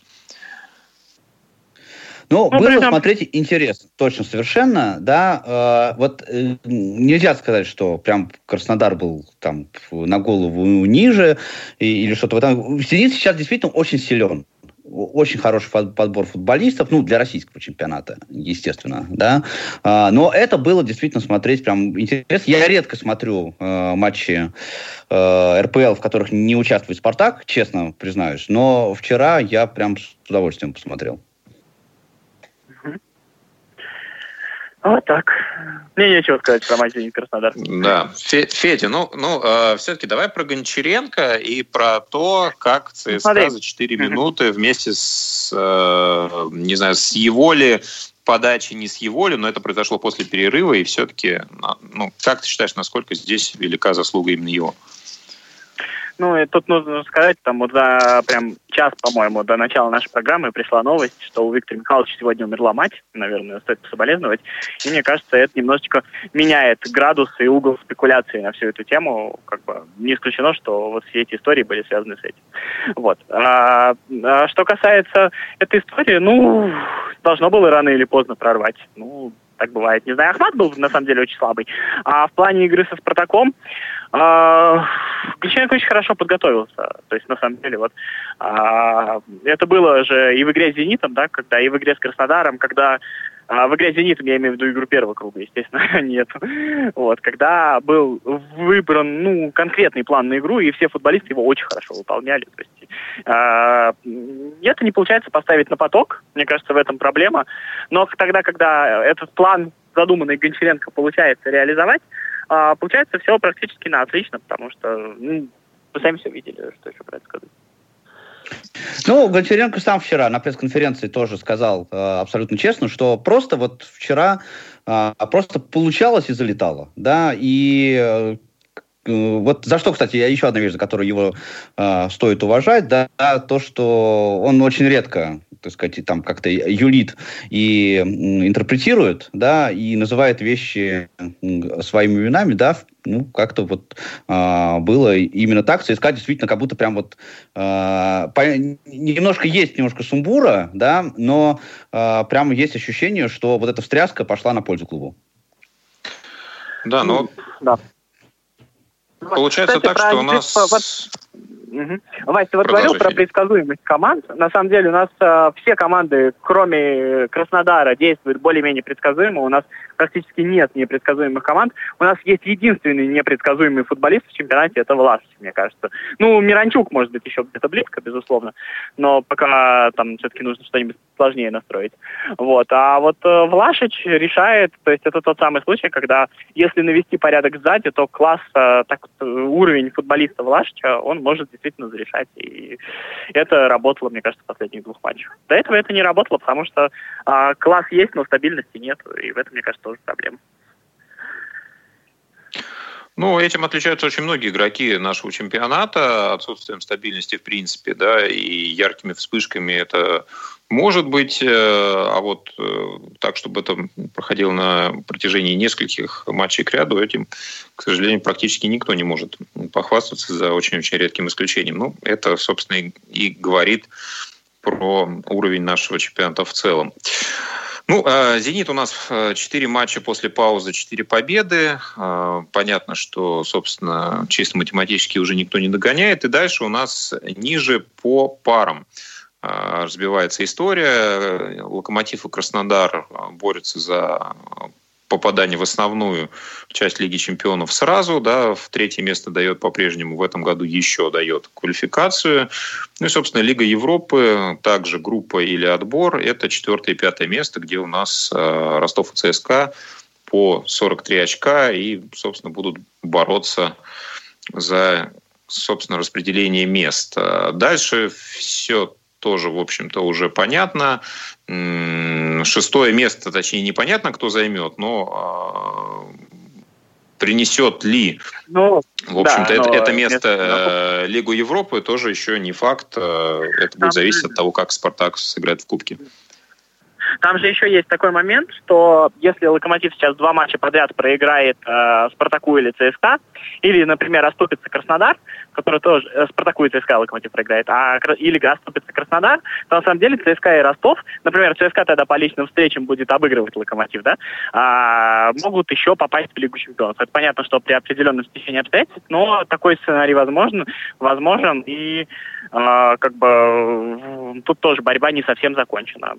Ну, ну, было причем... смотреть интересно, точно, совершенно, да. Э, вот э, нельзя сказать, что прям Краснодар был там на голову ниже и, или что-то в этом. «Зенит» сейчас действительно очень силен. Очень хороший подбор футболистов, ну, для российского чемпионата, естественно, да. А, но это было действительно смотреть прям интересно. Я редко смотрю э, матчи э, эр пэ эл, в которых не участвует «Спартак», честно признаюсь, но вчера я прям с удовольствием посмотрел. Вот так. Мне нечего сказать про матч Зенит-Краснодар. Да. Федя, ну, ну э, все-таки давай про Гончаренко и про то, как ЦСКА Смотри. за четыре минуты вместе с, э, не знаю, с Еволи подачи, ни с его ли, но это произошло после перерыва, и все-таки, ну, как ты считаешь, насколько здесь велика заслуга именно его? Ну, и тут нужно сказать, там вот за прям час, по-моему, до начала нашей программы пришла новость, что у Виктора Михайловича сегодня умерла мать, наверное, стоит соболезновать, и мне кажется, это немножечко меняет градус и угол спекуляции на всю эту тему, как бы не исключено, что вот все эти истории были связаны с этим. Вот. А, а что касается этой истории, ну, должно было рано или поздно прорвать, ну, так бывает. Не знаю, Ахмат был, на самом деле, очень слабый. А в плане игры со «Спартаком» э, Грищенко очень хорошо подготовился. То есть, на самом деле, вот э, это было же и в игре с «Зенитом», да, когда и в игре с Краснодаром, когда э, в игре с «Зенитом», я имею в виду игру первого круга, естественно, нет. Вот, когда был выбран, ну, конкретный план на игру, и все футболисты его очень хорошо выполняли. То есть, э, это не получается поставить на поток, мне кажется, в этом проблема. Но тогда, когда этот план, задуманный Гончаренко, получается реализовать, э, получается все практически на отлично, потому что, ну, вы сами все видели, что еще про это сказать. Ну, Гончаренко сам вчера на пресс-конференции тоже сказал э, абсолютно честно, что просто вот вчера э, просто получалось и залетало, да, и э, вот за что, кстати, еще одна вещь, за которую его э, стоит уважать, да, то, что он очень редко, так сказать, там как-то юлит и м, интерпретирует, да, и называет вещи м, своими именами, да, ну, как-то вот э, было именно так. ЦСКА действительно как будто прям вот э, по, немножко есть немножко сумбура, да, но э, прямо есть ощущение, что вот эта встряска пошла на пользу клубу. Да, но... Да. Получается Кстати, так, что у нас... Угу. Вась, ты вот говорил про предсказуемость команд. На самом деле у нас э, все команды, кроме Краснодара, действуют более-менее предсказуемо. У нас практически нет непредсказуемых команд. У нас есть единственный непредсказуемый футболист в чемпионате, это Влашич, мне кажется. Ну, Миранчук, может быть, еще где-то близко, безусловно. Но пока там все-таки нужно что-нибудь сложнее настроить. Вот. А вот э, Влашич решает, то есть это тот самый случай, когда если навести порядок сзади, то класс, э, так, уровень футболиста Влашича, он может действительно зарешать. И это работало, мне кажется, в последних двух матчах. До этого это не работало, потому что э, класс есть, но стабильности нет. И в этом, мне кажется, тоже проблема. Ну, этим отличаются очень многие игроки нашего чемпионата, отсутствием стабильности в принципе, да, и яркими вспышками это может быть, а вот так, чтобы это проходило на протяжении нескольких матчей к ряду, этим, к сожалению, практически никто не может похвастаться, за очень-очень редким исключением. Ну, это, собственно, и говорит про уровень нашего чемпионата в целом. Ну, «Зенит» у нас четыре матча после паузы, четыре победы. Понятно, что, собственно, чисто математически уже никто не догоняет. И дальше у нас ниже по парам разбивается история. «Локомотив» и «Краснодар» борются за попадание в основную часть Лиги чемпионов сразу, да, в третье место дает по-прежнему, в этом году еще дает квалификацию. Ну и, собственно, Лига Европы, также группа или отбор, это четвертое и пятое место, где у нас э, Ростов и ЦСКА по сорок три очка и, собственно, будут бороться за, собственно, распределение мест. Дальше все тоже, в общем-то, уже понятно. Шестое место, точнее, непонятно, кто займет, но принесет ли, ну, в общем-то, да, это, это место э, Лигу Европы, тоже еще не факт. Это будет зависеть от того, как «Спартак» сыграет в Кубке. Там же еще есть такой момент, что если «Локомотив» сейчас два матча подряд проиграет э, «Спартаку» или «ЦСКА», или, например, оступится «Краснодар», который тоже э, «Спартаку» и «ЦСКА» «Локомотив» проиграет, а, или оступится «Краснодар», то на самом деле «ЦСКА» и «Ростов», например, «ЦСКА» тогда по личным встречам будет обыгрывать «Локомотив», да, а, могут еще попасть в Лигу чемпионов. Это понятно, что при определенном стечении обстоятельств, но такой сценарий возможен, возможен и э, как бы тут тоже борьба не совсем закончена.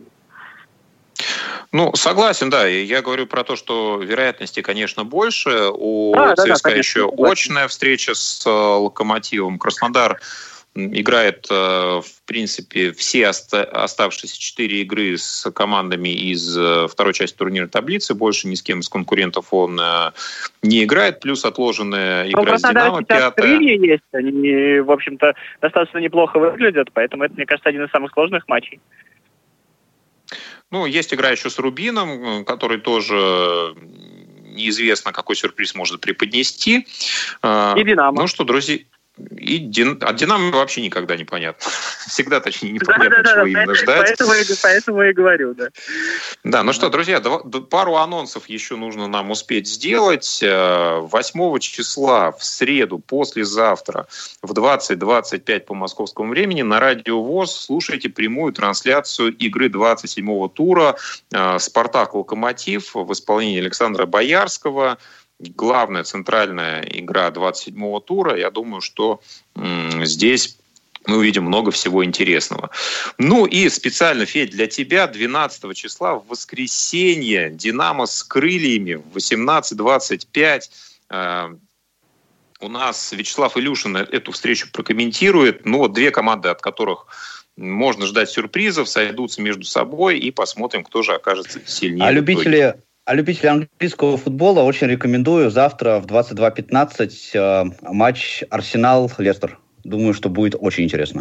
Ну, согласен, да. И я говорю про то, что вероятности, конечно, больше. У а, ЦСКА да, да, еще очная встреча с «Локомотивом». Краснодар играет, в принципе, все оставшиеся четыре игры с командами из второй части турнирной таблицы. Больше ни с кем из конкурентов он не играет. Плюс отложенная игра с «Динамо» пятая. Крылья есть. Они, в общем-то, достаточно неплохо выглядят. Поэтому это, мне кажется, один из самых сложных матчей. Ну, есть игра еще с Рубином, который тоже неизвестно, какой сюрприз может преподнести. И Динамо. Ну что, друзья... И Дин... От «Динамо» вообще никогда не понятно. Всегда, точнее, непонятно, да, да, чего да, именно поэтому, ждать. Поэтому, поэтому я и говорю, да. Да, ну что, друзья, два, пару анонсов еще нужно нам успеть сделать. восьмого числа в среду, послезавтра, в двадцать двадцать пять по московскому времени на Радио ВОС слушайте прямую трансляцию игры двадцать седьмого тура «Спартак Локомотив» в исполнении Александра Боярского. Главная центральная игра двадцать седьмого тура. Я думаю, что м- здесь мы увидим много всего интересного. Ну и специально, Федь, для тебя двенадцатого числа в воскресенье «Динамо» с крыльями в восемнадцать двадцать пять. Э- у нас Вячеслав Илюшин эту встречу прокомментирует. Ну вот две команды, от которых можно ждать сюрпризов, сойдутся между собой и посмотрим, кто же окажется сильнее. А любители... А любители английского футбола очень рекомендую завтра в двадцать два пятнадцать э, матч Арсенал-Лестер. Думаю, что будет очень интересно.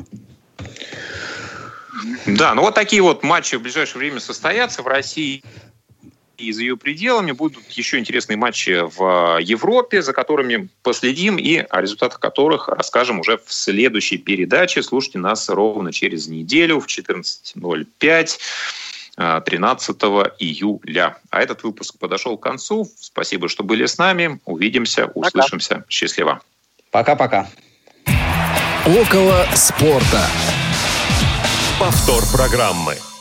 Да, ну вот такие вот матчи в ближайшее время состоятся в России и за ее пределами. Будут еще интересные матчи в Европе, за которыми последим и о результатах которых расскажем уже в следующей передаче. Слушайте нас ровно через неделю в четырнадцать ноль пять. тринадцатого июля. А этот выпуск подошел к концу. Спасибо, что были с нами. Увидимся, услышимся. Пока. Счастливо. Пока-пока. Около спорта. Повтор программы.